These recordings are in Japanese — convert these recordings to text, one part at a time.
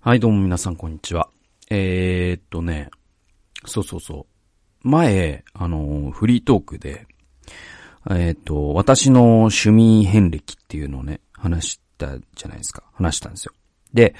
はい、どうも皆さん、こんにちは。前、フリートークで、私の趣味遍歴っていうのをね、話したじゃないですか。話したんですよ。で、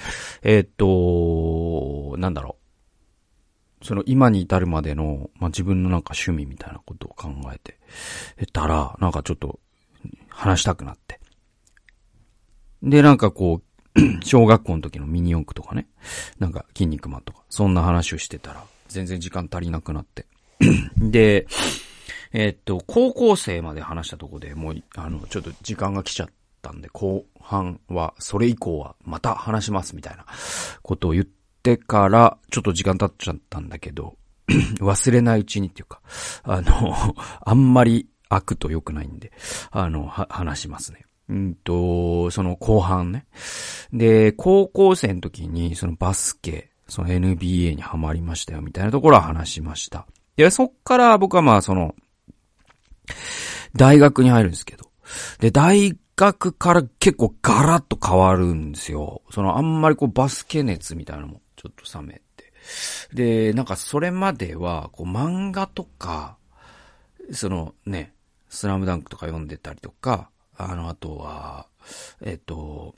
その今に至るまでの、自分の趣味みたいなことを考えてたら、ちょっと話したくなって。で、小学校の時のミニ四駆とかね、筋肉マンとか、そんな話をしてたら、全然時間足りなくなって。で、高校生まで話したとこでもう、ちょっと時間が来ちゃったんで、後半は、それ以降はまた話しますみたいなことを言ってから、ちょっと時間経っちゃったんだけど、忘れないうちにっていうか、あんまり開くと良くないんで、話しますね。その後半ね。で、高校生の時にそのバスケ、その NBA にハマりましたよみたいなところは話しました。で、そっから僕は大学に入るんですけど。で、大学から結構ガラッと変わるんですよ。あんまりバスケ熱みたいなのもちょっと冷めて。で、それまでは、漫画とか、スラムダンクとか読んでたりとか、あとは、あと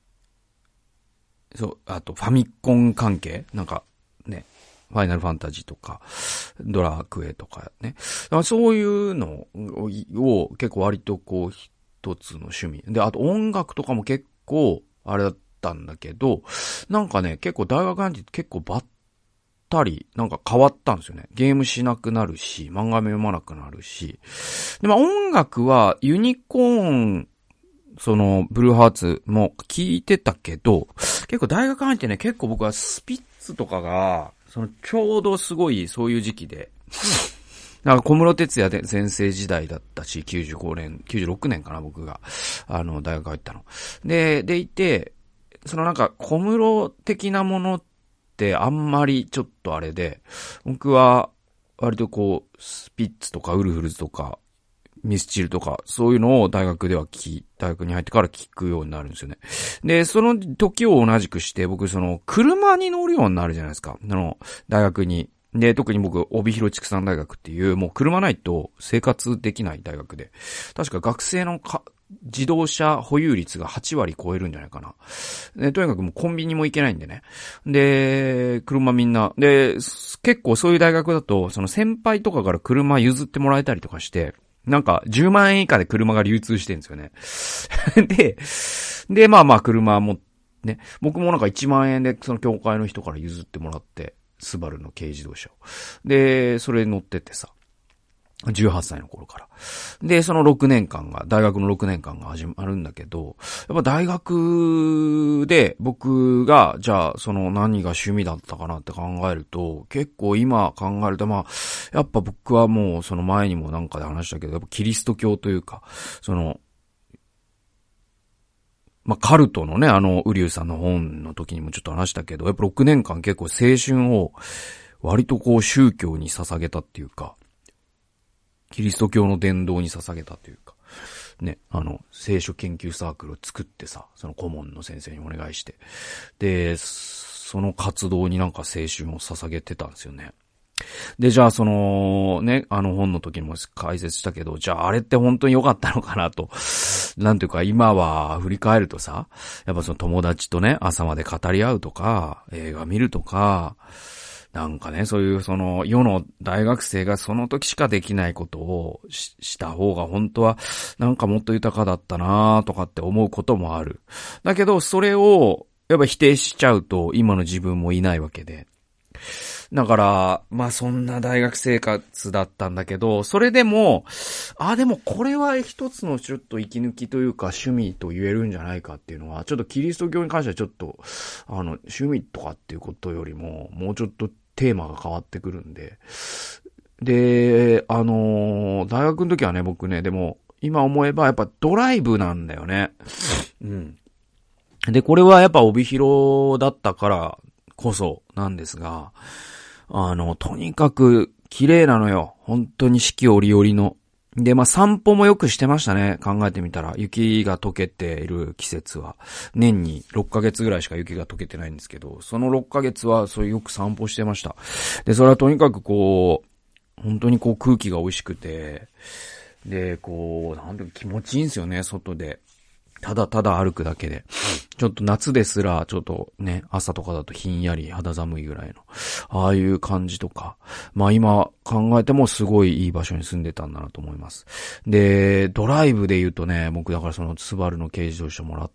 ファミコン関係ファイナルファンタジーとか、ドラクエとかね。そういうのを結構割と一つの趣味。で、あと音楽とかも結構あれだったんだけど、結構大学なんて結構ばったり、変わったんですよね。ゲームしなくなるし、漫画読まなくなるし。で、音楽はユニコーン、ブルーハーツも聞いてたけど、結構大学入ってね、結構僕はスピッツとかが、ちょうどすごいそういう時期で、小室哲哉先生時代だったし、96年かな、僕が、大学入ったの。でいて、小室的なものってあんまりちょっとあれで、僕は割とスピッツとかウルフルズとか、ミスチルとか、そういうのを大学に入ってから聞くようになるんですよね。で、その時を同じくして、僕車に乗るようになるじゃないですか。大学に。で、特に僕、帯広畜産大学っていう、もう車ないと生活できない大学で。確か学生の自動車保有率が8割超えるんじゃないかな。で、とにかくもうコンビニも行けないんでね。で、車みんな。で、結構そういう大学だと、先輩とかから車譲ってもらえたりとかして、10万円以下で車が流通してるんですよね。で、車もね、僕も1万円で教会の人から譲ってもらって、スバルの軽自動車を。で、それ乗っててさ、18歳の頃から。で、その6年間が、大学の6年間が始まるんだけど、やっぱ大学で僕が、じゃあ、何が趣味だったかなって考えると、結構今考えると、やっぱ僕はもう前にもで話したけど、やっぱキリスト教というか、カルトのね、ウリュウさんの本の時にもちょっと話したけど、やっぱ6年間結構青春を割と宗教に捧げたっていうか、キリスト教の伝道に捧げたというか、ね、聖書研究サークルを作ってさ、顧問の先生にお願いして。で、その活動に青春を捧げてたんですよね。で、じゃあ本の時にも解説したけど、じゃああれって本当に良かったのかなと。なんていうか今は振り返るとさ、やっぱ友達とね、朝まで語り合うとか、映画見るとか、そういう世の大学生がその時しかできないことをした方が本当はもっと豊かだったなとかって思うこともある。だけどそれをやっぱ否定しちゃうと今の自分もいないわけで。だから、そんな大学生活だったんだけど、それでも、でもこれは一つのちょっと息抜きというか趣味と言えるんじゃないかっていうのは、ちょっとキリスト教に関してはちょっと、趣味とかっていうことよりも、もうちょっとテーマが変わってくるんで。で、大学の時はね、僕ね、でも、今思えばやっぱドライブなんだよね。うん。で、これはやっぱ帯広だったからこそなんですが、とにかく綺麗なのよ。本当に四季折々の。 で、まあ、散歩もよくしてましたね。考えてみたら。雪が溶けている季節は。年に6ヶ月ぐらいしか雪が溶けてないんですけど、その6ヶ月はそういうよく散歩してました。で、それはとにかくこう、本当にこう空気が美味しくて、で、こう、なんていうか気持ちいいんですよね、外で。ただただ歩くだけで。ちょっと夏ですら、ちょっとね、朝とかだとひんやり肌寒いぐらいの、ああいう感じとか。まあ今考えてもすごいいい場所に住んでたんだなと思います。で、ドライブで言うとね、僕だからそのスバルの軽自動車もらって、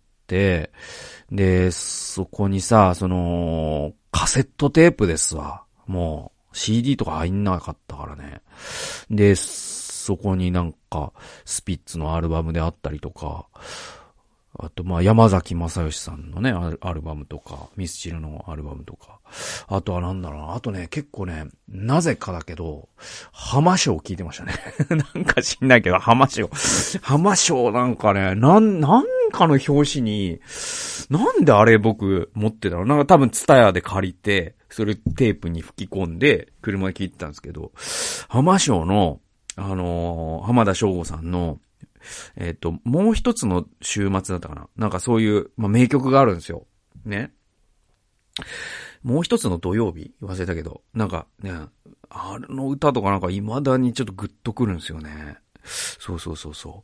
で、そこにさ、その、カセットテープですわ。もう、CD とか入んなかったからね。で、そこになんか、スピッツのアルバムであったりとか、あと、まあ、山崎正義さんのね、アルバムとか、ミスチルのアルバムとか。あとはなんだろうな。あとね、結構ね、なぜかだけど、浜章聞いてましたね。なんか知んないけど、浜章なんかね、なんかの表紙に、なんであれ僕持ってたの？なんか多分ツタヤで借りて、それテープに吹き込んで、車で聞いてたんですけど、浜章の、浜田省吾さんの、もう一つの週末だったかな。なんかそういう、まあ、名曲があるんですよ。ね。もう一つの土曜日忘れたけど、なんかね、あの歌とかなんか未だにちょっとグッとくるんですよね。そうそうそうそう。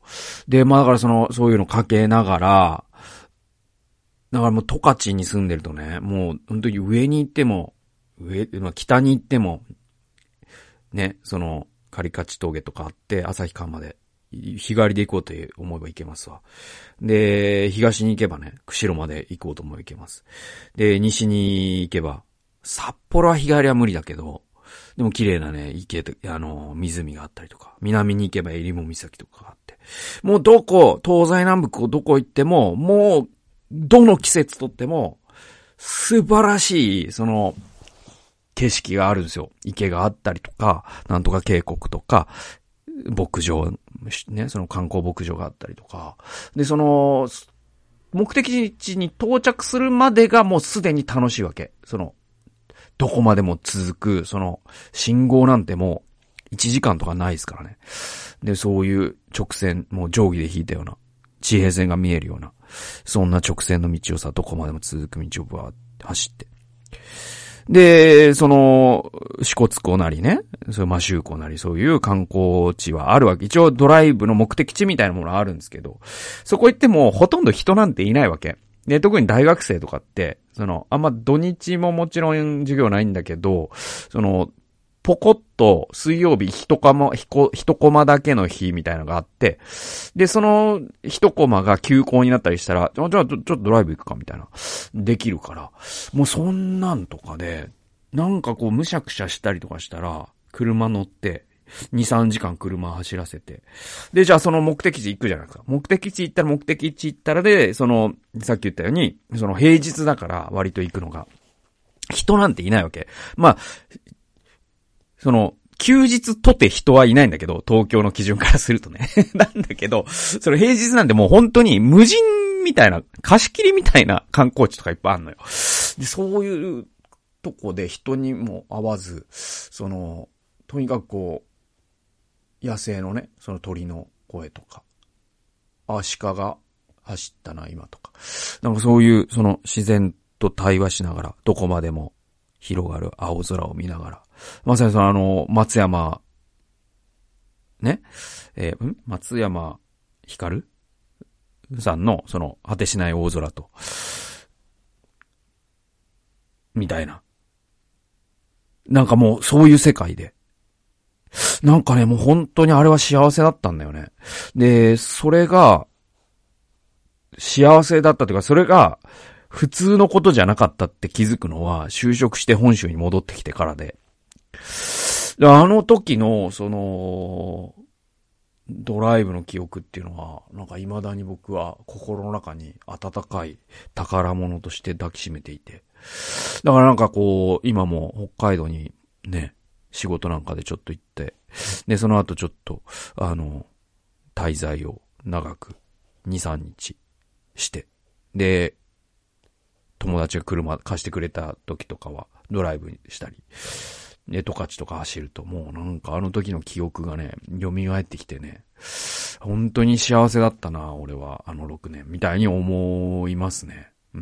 で、まあだからそういうのかけながら、だからもう十勝に住んでるとね、もう本当に上に行っても、まあ、北に行っても、ね、その、カリカチ峠とかあって、旭川まで日帰りで行こうと思えば行けますわ。で、東に行けばね、釧路まで行こうと思えば行けます。で、西に行けば、札幌は日帰りは無理だけど、でも綺麗なね、池、湖があったりとか、南に行けば襟裳岬とかがあって。もう東西南北をどこ行っても、もう、どの季節とっても、素晴らしい、景色があるんですよ。池があったりとか、なんとか渓谷とか、牧場、ね、その観光牧場があったりとか。で、目的地に到着するまでがもうすでに楽しいわけ。どこまでも続く、信号なんてもう1時間とかないですからね。で、そういう直線、もう定規で引いたような、地平線が見えるような、そんな直線の道をさ、どこまでも続く道をバーって走って。で、支笏湖なりね、摩周湖なりそういう観光地はあるわけ。一応ドライブの目的地みたいなものはあるんですけど、そこ行ってもほとんど人なんていないわけ。で、特に大学生とかって、あんま土日ももちろん授業ないんだけど、ポコッと水曜日一コマだけの日みたいなのがあって、で、その一コマが休校になったりしたら、じゃあちょっとドライブ行くかみたいな、できるから、もうそんなんとかで、なんかこうむしゃくしゃしたりとかしたら、車乗って、2、3時間車走らせて。で、じゃあその目的地行くじゃないですか。目的地行ったらで、さっき言ったように、平日だから割と行くのが、人なんていないわけ。まあ、休日とて人はいないんだけど、東京の基準からするとね。なんだけど、平日なんてもう本当に無人みたいな、貸し切りみたいな観光地とかいっぱいあるのよ。で、そういうとこで人にも会わず、とにかくこう、野生のね、鳥の声とか、鹿が走ったな、今とか。なんかそういう、自然と対話しながら、どこまでも広がる青空を見ながら、まさに松山、ね、松山ひかるさんの、果てしない大空と、みたいな。なんかもう、そういう世界で。なんかね、もう本当にあれは幸せだったんだよね。で、それが、幸せだったというか、それが、普通のことじゃなかったって気づくのは、就職して本州に戻ってきてからで。あの時の、ドライブの記憶っていうのは、なんか未だに僕は心の中に温かい宝物として抱きしめていて。だからなんかこう、今も北海道にね、仕事なんかでちょっと行って、で、その後ちょっと、滞在を長く2、3日して、で、友達が車貸してくれた時とかはドライブしたり。 十勝とか走ると、もうなんかあの時の記憶がね、蘇ってきてね、本当に幸せだったな、俺は、あの6年、みたいに思いますね。うん。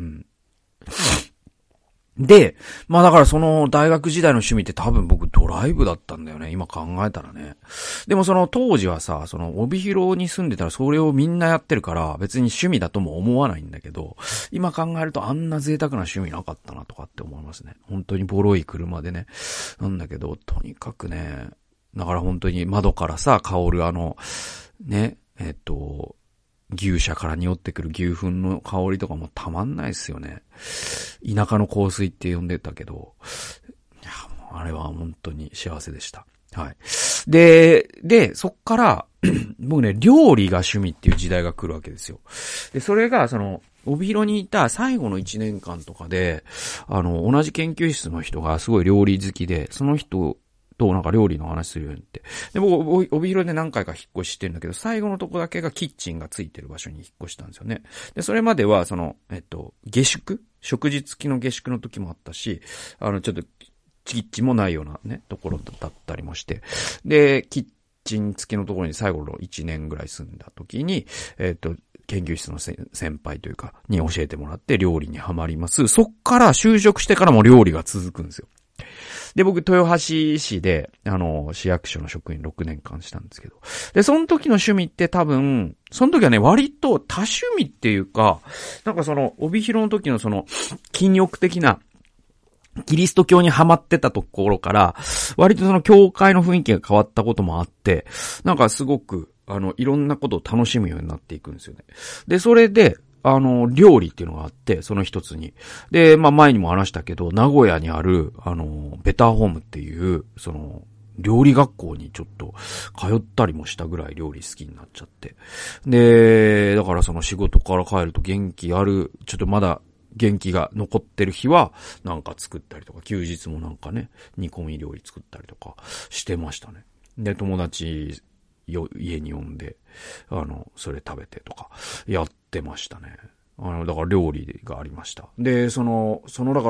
で、まあだからその大学時代の趣味って多分僕ドライブだったんだよね。今考えたらね。でもその当時はさ、その帯広に住んでたらそれをみんなやってるから別に趣味だとも思わないんだけど、今考えるとあんな贅沢な趣味なかったなとかって思いますね。本当にボロい車でね。なんだけど、とにかくね、だから本当に窓からさ、香るね、牛舎から匂ってくる牛糞の香りとかもたまんないですよね。田舎の香水って呼んでたけど、いや、もうあれは本当に幸せでした。はい。で、そっから、僕ね、料理が趣味っていう時代が来るわけですよ。で、それが、帯広にいた最後の1年間とかで、同じ研究室の人がすごい料理好きで、その人となんか料理の話するようになって。で、僕、帯広で何回か引っ越ししてるんだけど、最後のとこだけがキッチンがついてる場所に引っ越したんですよね。で、それまでは、下宿食事付きの下宿の時もあったし、ちょっと、キッチンもないようなね、ところだったりもして。で、キッチン付きのところに最後の1年ぐらい住んだ時に、研究室の先輩というか、に教えてもらって料理にはまります。そっから就職してからも料理が続くんですよ。で、僕、豊橋市で、市役所の職員6年間したんですけど。で、その時の趣味って多分、その時はね、割と多趣味っていうか、なんか帯広の時の禁欲的な、キリスト教にハマってたところから、割と教会の雰囲気が変わったこともあって、なんかすごく、いろんなことを楽しむようになっていくんですよね。で、それで、料理っていうのがあって、その一つに。で、まあ前にも話したけど、名古屋にある、ベターホームっていう、料理学校にちょっと通ったりもしたぐらい料理好きになっちゃって。で、だから仕事から帰ると元気ある、ちょっとまだ元気が残ってる日は、なんか作ったりとか、休日もなんかね、煮込み料理作ったりとかしてましたね。で、友達、家に呼んで、それ食べてとか、やってましたね。だから料理がありました。で、だからその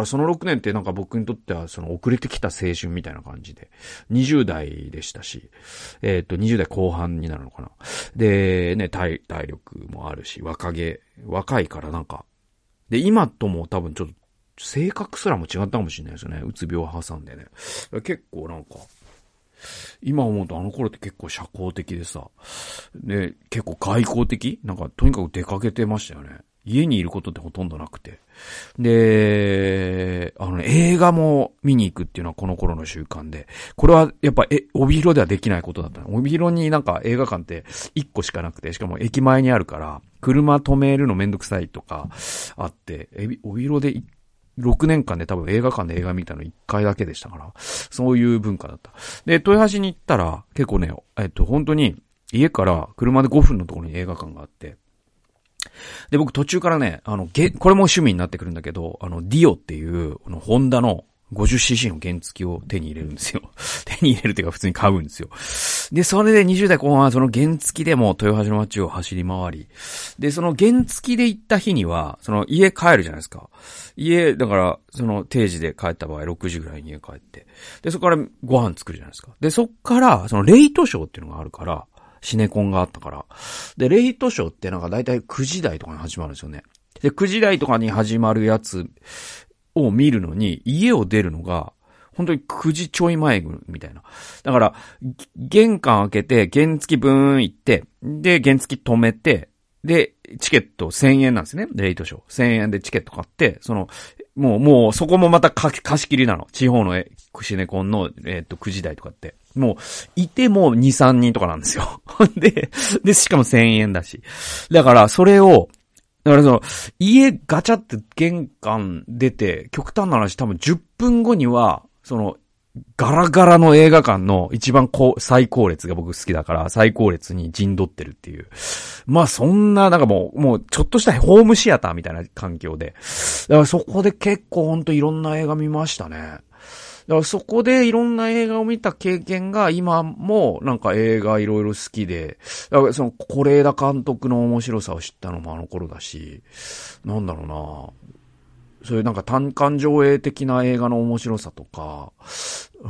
6年ってなんか僕にとっては遅れてきた青春みたいな感じで、20代でしたし、20代後半になるのかな。で、ね、体力もあるし、若いからなんか、で、今とも多分ちょっと、性格すらも違ったかもしれないですよね。うつ病を挟んでね。結構なんか、今思うとあの頃って結構社交的でさ、で、結構外交的なんかとにかく出かけてましたよね。家にいることってほとんどなくて。で、映画も見に行くっていうのはこの頃の習慣で、これはやっぱ、帯広ではできないことだった。帯広になんか映画館って1個しかなくて、しかも駅前にあるから、車止めるのめんどくさいとかあって、帯広で6年間で多分映画館で映画見たの1回だけでしたから、そういう文化だった。で、豊橋に行ったら、結構ね、本当に家から車で5分のところに映画館があって、で、僕途中からね、これも趣味になってくるんだけど、ディオっていう、ホンダの 50cc の原付を手に入れるんですよ。手に入れるっていうか普通に買うんですよ。で、それで20代後半はその原付でも豊橋の街を走り回り、で、その原付で行った日には、家帰るじゃないですか。だから、定時で帰った場合6時ぐらいに家帰って、で、そこからご飯作るじゃないですか。で、そっから、レイトショーっていうのがあるから、シネコンがあったから。で、レイトショーってなんかだいたい9時台とかに始まるんですよね。で、9時台とかに始まるやつを見るのに、家を出るのが、本当に9時ちょい前みたいな。だから、玄関開けて、原付ブーン行って、で、原付止めて、で、チケット1000円なんですね。レイトショー。1000円でチケット買って、もう、そこもまた貸し切りなの。地方のシネコンの、9時台とかって。もう、いても2、3人とかなんですよ。で、しかも1000円だし。だから、家ガチャって玄関出て、極端な話多分10分後には、ガラガラの映画館の一番最高列が僕好きだから、最高列に陣取ってるっていう。まあそんな、なんかもうちょっとしたホームシアターみたいな環境で。だからそこで結構ほんといろんな映画見ましたね。だからそこでいろんな映画を見た経験が今もなんか映画いろいろ好きで、だから是枝監督の面白さを知ったのもあの頃だし、なんだろうな、そういうなんか単館上映的な映画の面白さとか、 うん。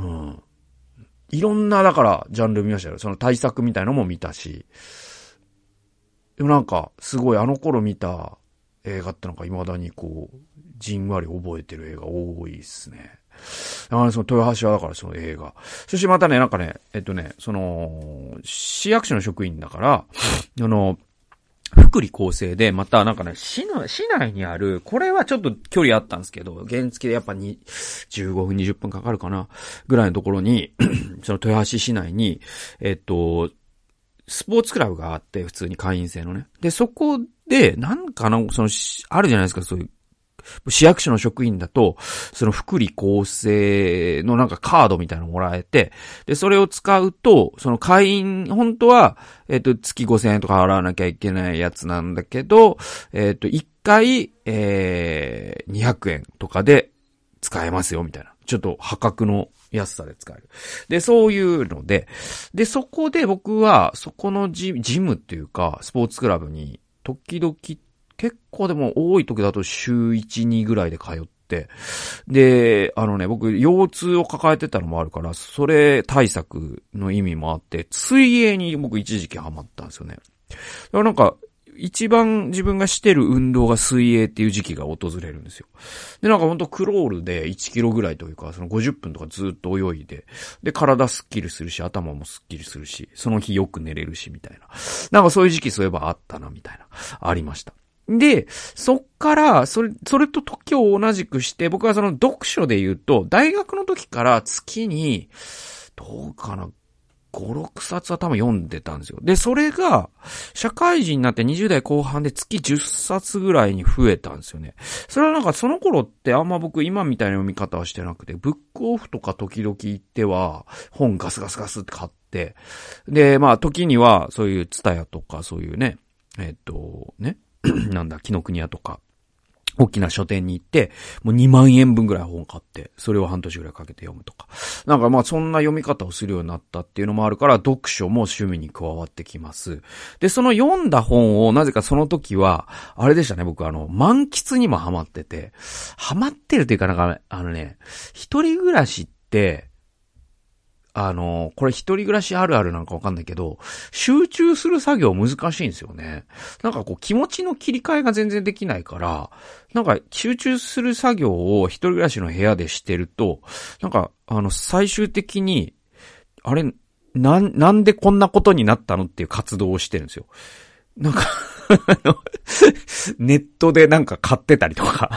いろんな、だから、ジャンル見ましたよ。その対策みたいのも見たし。でもなんか、すごいあの頃見た映画ってなんか未だにこう、じんわり覚えてる映画多いですね。だからその豊橋はだからその映画。そしてまたね、なんかね、その、市役所の職員だから、福利厚生で、またなんかね、市内にある、これはちょっと距離あったんですけど、原付でやっぱ15分、20分かかるかな、ぐらいのところに、その豊橋市内に、スポーツクラブがあって、普通に会員制のね。で、そこで、なんかその、あるじゃないですか、そういう、市役所の職員だと、その福利厚生のなんかカードみたいなのもらえて、で、それを使うと、その会員、本当は、月5000円とか払わなきゃいけないやつなんだけど、1回、200円とかで使えますよ、みたいな。ちょっと破格の安さで使える。で、そういうので、で、そこで僕は、そこのジムっていうか、スポーツクラブに、時々、結構でも多い時だと週1、2ぐらいで通って、で、僕、腰痛を抱えてたのもあるから、それ対策の意味もあって、水泳に僕一時期ハマったんですよね。だからなんか、一番自分がしてる運動が水泳っていう時期が訪れるんですよ。で、なんかほんとクロールで1キロぐらいというか、その50分とかずっと泳いで、で、体スッキリするし、頭もスッキリするし、その日よく寝れるし、みたいな。なんかそういう時期そういえばあったな、みたいな。ありました。で、そっから、それと時を同じくして、僕はその読書で言うと、大学の時から月に、どうかな、5、6冊は多分読んでたんですよ。で、それが、社会人になって20代後半で月10冊ぐらいに増えたんですよね。それはなんかその頃ってあんま僕今みたいな読み方はしてなくて、ブックオフとか時々行っては、本ガスガスガスって買って、で、まあ時にはそういうツタヤとかそういうね、なんだ、紀ノ国屋とか、大きな書店に行って、もう2万円分ぐらい本買って、それを半年ぐらいかけて読むとか。なんかまあそんな読み方をするようになったっていうのもあるから、読書も趣味に加わってきます。で、その読んだ本を、なぜかその時は、あれでしたね、僕満喫にもハマってて、ハマってるっていうかなんか、一人暮らしって、これ一人暮らしあるあるなんかわかんないけど、集中する作業難しいんですよね。なんかこう気持ちの切り替えが全然できないから、なんか集中する作業を一人暮らしの部屋でしてると、なんか最終的に、あれ、なんでこんなことになったのっていう活動をしてるんですよ。なんかネットでなんか買ってたりとか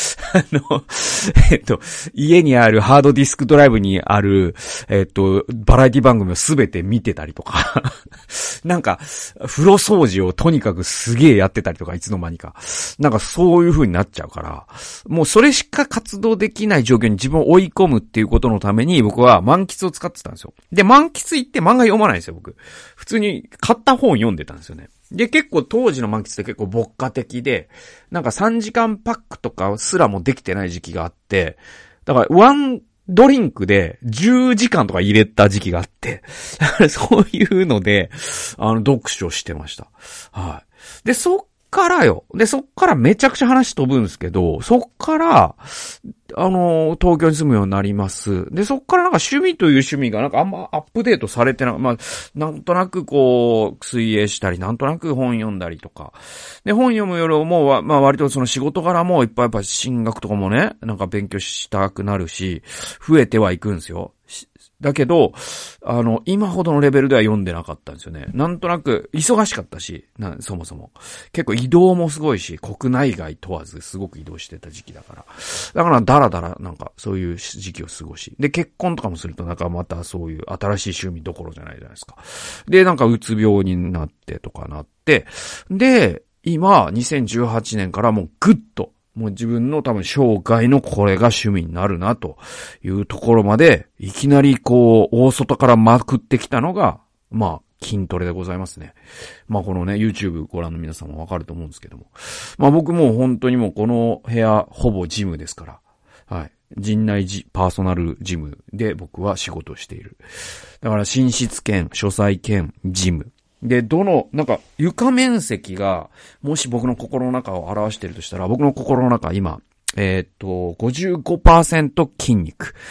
家にあるハードディスクドライブにある、バラエティ番組をすべて見てたりとかなんか、風呂掃除をとにかくすげえやってたりとか、いつの間にか。なんかそういう風になっちゃうから、もうそれしか活動できない状況に自分を追い込むっていうことのために、僕は満喫を使ってたんですよ。で、満喫行って漫画読まないんですよ、僕。普通に買った本読んでたんですよね。で、結構当時の満喫って結構牧歌的で、なんか3時間パックとかすらもできてない時期があって、だからワンドリンクで10時間とか入れた時期があって、そういうので、読書してました。はい。で、そっからめちゃくちゃ話飛ぶんですけど、そっから、東京に住むようになります。で、そっからなんか趣味という趣味がなんかあんまアップデートされてない。まあ、なんとなくこう、水泳したり、なんとなく本読んだりとか。で、本読むよりも、まあ割とその仕事柄もいっぱいやっぱ進学とかもね、なんか勉強したくなるし、増えてはいくんですよ。だけど、今ほどのレベルでは読んでなかったんですよね。なんとなく、忙しかったし、そもそも。結構移動もすごいし、国内外問わずすごく移動してた時期だから。だから、だらだら、なんか、そういう時期を過ごし。で、結婚とかもすると、なんかまたそういう新しい趣味どころじゃないじゃないですか。で、なんか、うつ病になってとかなって、で、今、2018年からもうぐっと、もう自分の多分生涯のこれが趣味になるなというところまで、いきなりこう、大外からまくってきたのが、まあ、筋トレでございますね。まあこのね、YouTube ご覧の皆さんもわかると思うんですけども。まあ僕もう本当にもうこの部屋、ほぼジムですから。はい。陣内パーソナルジムで僕は仕事をしている。だから寝室兼、書斎兼、ジム。で、なんか、床面積が、もし僕の心の中を表しているとしたら、僕の心の中今、55% 筋肉。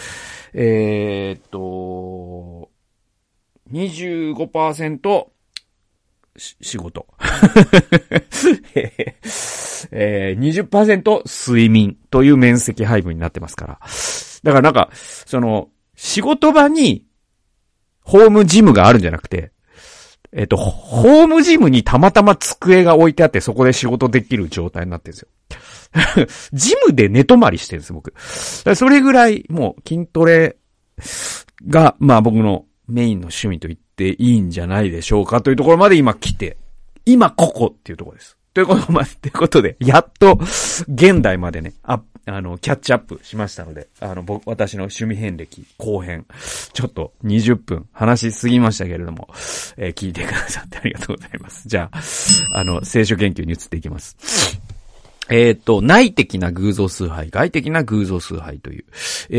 25% 仕事。20% 睡眠という面積配分になってますから。だからなんか、仕事場に、ホームジムがあるんじゃなくて、ホームジムにたまたま机が置いてあってそこで仕事できる状態になってるんですよ。ジムで寝泊まりしてるんです、僕。それぐらいもう筋トレが、まあ僕のメインの趣味と言っていいんじゃないでしょうかというところまで今来て、今ここっていうところです。ということで、やっと現代までね、キャッチアップしましたので、私の趣味遍歴後編、ちょっと20分話しすぎましたけれども、聞いてくださってありがとうございます。じゃあ、聖書研究に移っていきます。内的な偶像崇拝、外的な偶像崇拝という、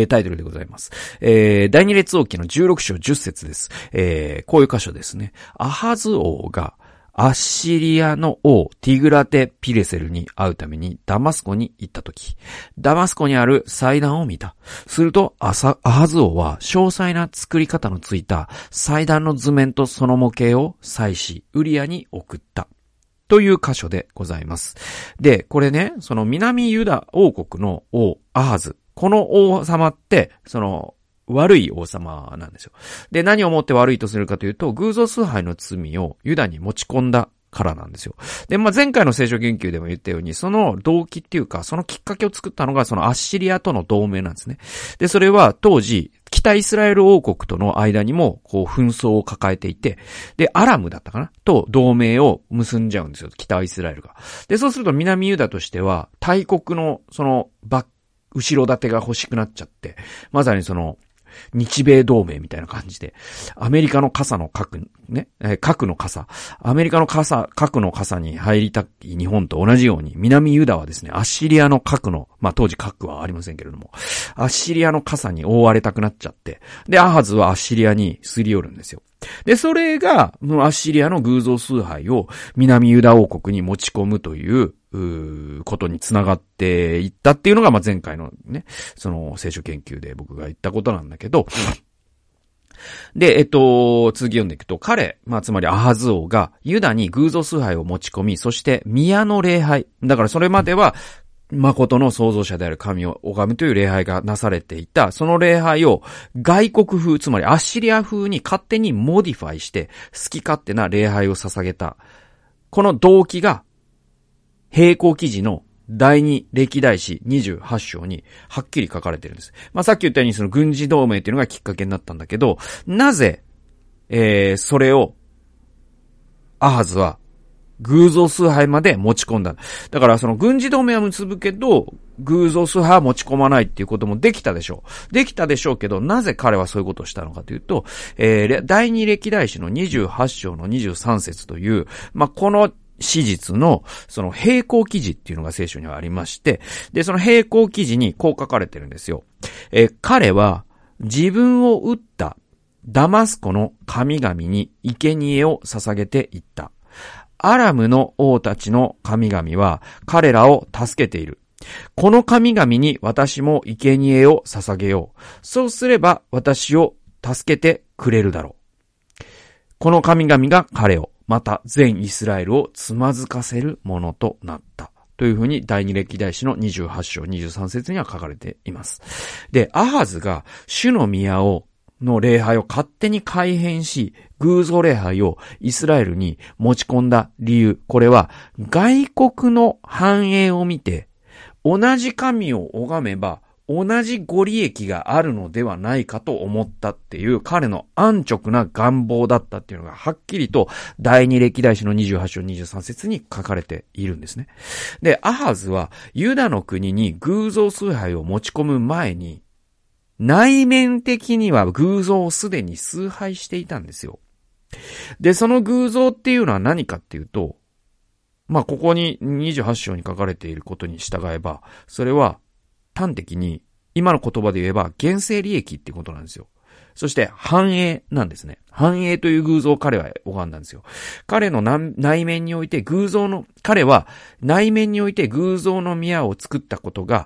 タイトルでございます。第二列王記の16章10節です。こういう箇所ですね。アハズ王がアッシリアの王ティグラテ・ピレセルに会うためにダマスコに行ったとき、ダマスコにある祭壇を見た。するとアハズ王は詳細な作り方のついた祭壇の図面とその模型を祭司ウリアに送った。という箇所でございます。で、これね、その南ユダ王国の王アハズ。この王様って、悪い王様なんですよ。で、何をもって悪いとするかというと、偶像崇拝の罪をユダに持ち込んだからなんですよ。で、前回の聖書研究でも言ったように、その動機っていうか、そのきっかけを作ったのが、そのアッシリアとの同盟なんですね。で、それは当時、北イスラエル王国との間にも、紛争を抱えていて、で、アラムだったかなと同盟を結んじゃうんですよ。北イスラエルが。で、そうすると南ユダとしては、大国の、後ろ盾が欲しくなっちゃって、まさに日米同盟みたいな感じで、アメリカの核の傘、アメリカの核の傘に入りたい日本と同じように、南ユダはですね、アッシリアの核の、当時核はありませんけれども、アッシリアの傘に覆われたくなっちゃって、で、アハズはアッシリアにすり寄るんですよ。で、それが、アッシリアの偶像崇拝を南ユダ王国に持ち込むという、ことにつながっていったっていうのが、前回のね、聖書研究で僕が言ったことなんだけど、で、続き読んでいくと、彼、つまりアハズ王がユダに偶像崇拝を持ち込み、そして宮の礼拝。だからそれまでは、誠の創造者である神を拝むという礼拝がなされていた、その礼拝を外国風、つまりアッシリア風に勝手にモディファイして、好き勝手な礼拝を捧げた。この動機が、並行記事の第二歴代史28章にはっきり書かれてるんです。さっき言ったようにその軍事同盟っていうのがきっかけになったんだけど、なぜ、それを、アハズは、偶像崇拝まで持ち込んだ。だからその軍事同盟は結ぶけど、偶像崇拝は持ち込まないっていうこともできたでしょう。できたでしょうけど、なぜ彼はそういうことをしたのかというと、第二歴代史の28章の23節という、この史実の、その並行記事っていうのが聖書にはありまして、で、その並行記事にこう書かれてるんですよ。彼は自分を撃ったダマスコの神々に生贄を捧げていった。アラムの王たちの神々は彼らを助けている。この神々に私も生贄を捧げよう。そうすれば私を助けてくれるだろう。この神々が彼を、また全イスラエルをつまずかせるものとなった。というふうに第二歴代史の28章23節には書かれています。で、アハズが主の宮の礼拝を勝手に改変し、偶像礼拝をイスラエルに持ち込んだ理由。これは外国の繁栄を見て、同じ神を拝めば同じご利益があるのではないかと思ったっていう彼の安直な願望だったっていうのがはっきりと第二歴代史の28章23節に書かれているんですね。で、アハズはユダの国に偶像崇拝を持ち込む前に内面的には偶像をすでに崇拝していたんですよ。で、その偶像っていうのは何かっていうと、ここに28章に書かれていることに従えば、それは端的に今の言葉で言えば現世利益っていうことなんですよ。そして繁栄なんですね。繁栄という偶像を彼は拝んだんですよ。彼は内面において偶像の宮を作ったことが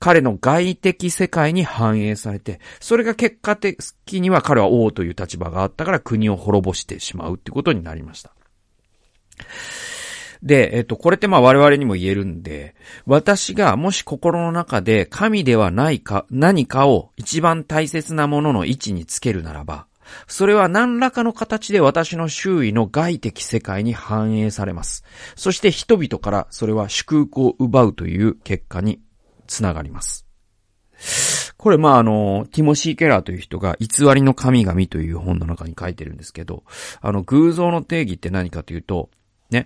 彼の外的世界に反映されて、それが結果的には彼は王という立場があったから国を滅ぼしてしまうってことになりました。で、これって我々にも言えるんで、私がもし心の中で神ではないか、何かを一番大切なものの位置につけるならば、それは何らかの形で私の周囲の外的世界に反映されます。そして人々からそれは祝福を奪うという結果につながります。これティモシー・ケラーという人が偽りの神々という本の中に書いてるんですけど、偶像の定義って何かというと、ね、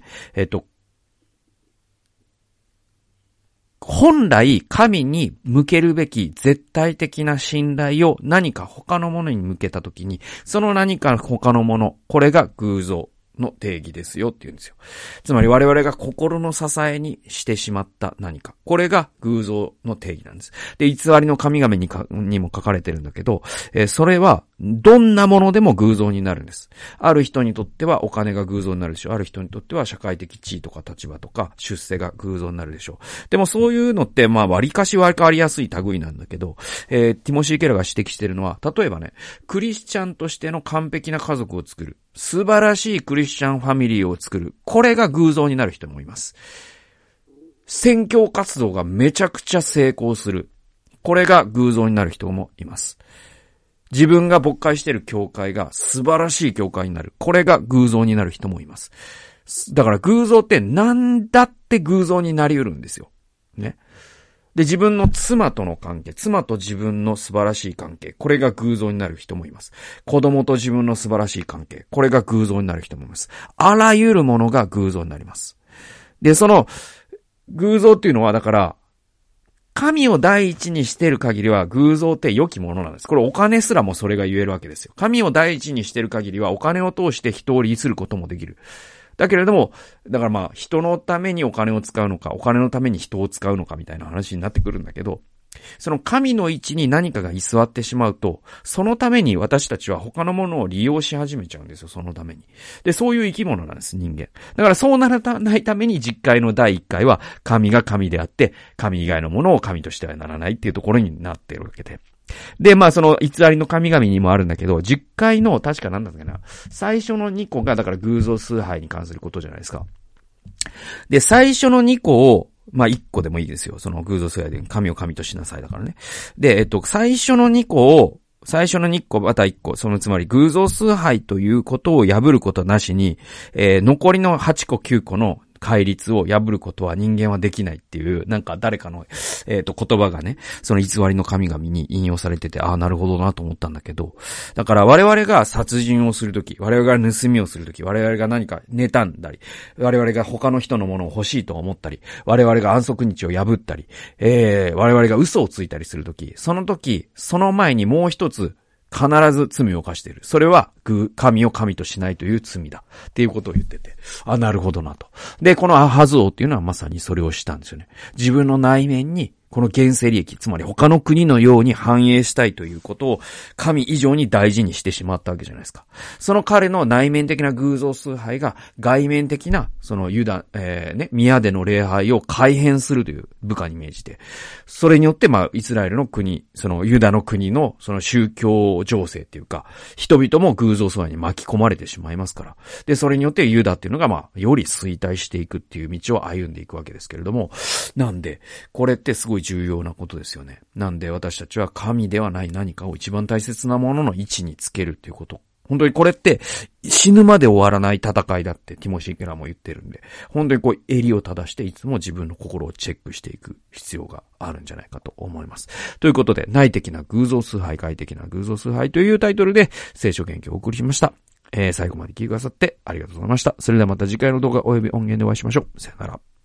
本来神に向けるべき絶対的な信頼を何か他のものに向けたときに、その何か他のもの、これが偶像の定義ですよって言うんですよ。つまり我々が心の支えにしてしまった何か。これが偶像の定義なんです。で、偽りの神々にも書かれてるんだけど、それはどんなものでも偶像になるんです。ある人にとってはお金が偶像になるでしょう。ある人にとっては社会的地位とか立場とか出世が偶像になるでしょう。でもそういうのって割かし分かりやすい類なんだけど、ティモシー・ケラーが指摘しているのは、例えばね、クリスチャンとしての完璧な家族を作る。素晴らしいクリスチャンファミリーを作る。これが偶像になる人もいます。宣教活動がめちゃくちゃ成功する。これが偶像になる人もいます。自分が牧会している教会が素晴らしい教会になる。これが偶像になる人もいます。だから偶像って何だって偶像になり得るんですよ。ね。で、自分の妻との関係、妻と自分の素晴らしい関係、これが偶像になる人もいます。子供と自分の素晴らしい関係、これが偶像になる人もいます。あらゆるものが偶像になります。で、その偶像っていうのはだから、神を第一にしている限りは偶像って良きものなんです。これお金すらもそれが言えるわけですよ。神を第一にしている限りはお金を通して人を利することもできる。だけれども、だから人のためにお金を使うのか、お金のために人を使うのかみたいな話になってくるんだけど、その神の位置に何かが居座ってしまうと、そのために私たちは他のものを利用し始めちゃうんですよ、そのために。で、そういう生き物なんです、人間。だからそうならないために実会の第一回は、神が神であって、神以外のものを神としてはならないっていうところになっているわけで。で、その偽りの神々にもあるんだけど、10回の確かなんだっけな、最初の2個がだから偶像崇拝に関することじゃないですか。で、最初の2個を、1個でもいいですよ。その偶像崇拝で神を神としなさいだからね。で、最初の2個また1個、つまり偶像崇拝ということを破ることなしに、残りの8個9個の戒律を破ることは人間はできないっていう、なんか誰かの、言葉がね、その偽りの神々に引用されてて、なるほどなと思ったんだけど、だから我々が殺人をするとき、我々が盗みをするとき、我々が何か妬んだり、我々が他の人のものを欲しいと思ったり、我々が安息日を破ったり、我々が嘘をついたりするとき、その前にもう一つ、必ず罪を犯している。それは、神を神としないという罪だ。っていうことを言ってて。なるほどなと。で、このアハズ王っていうのはまさにそれをしたんですよね。自分の内面に、この現世利益、つまり他の国のように繁栄したいということを神以上に大事にしてしまったわけじゃないですか。その彼の内面的な偶像崇拝が外面的なその宮での礼拝を改変するという部下に命じて、それによってイスラエルの国、そのユダの国のその宗教情勢っていうか、人々も偶像崇拝に巻き込まれてしまいますから。で、それによってユダっていうのがより衰退していくっていう道を歩んでいくわけですけれども、なんで、これってすごい重要なことですよね。なんで私たちは神ではない何かを一番大切なものの位置につけるっていうこと。本当にこれって死ぬまで終わらない戦いだってティモシー・ケラーも言ってるんで、本当に襟を正していつも自分の心をチェックしていく必要があるんじゃないかと思います。ということで、内的な偶像崇拝、外的な偶像崇拝というタイトルで聖書研究をお送りしました。最後まで聞いてくださってありがとうございました。それではまた次回の動画および音源でお会いしましょう。さよなら。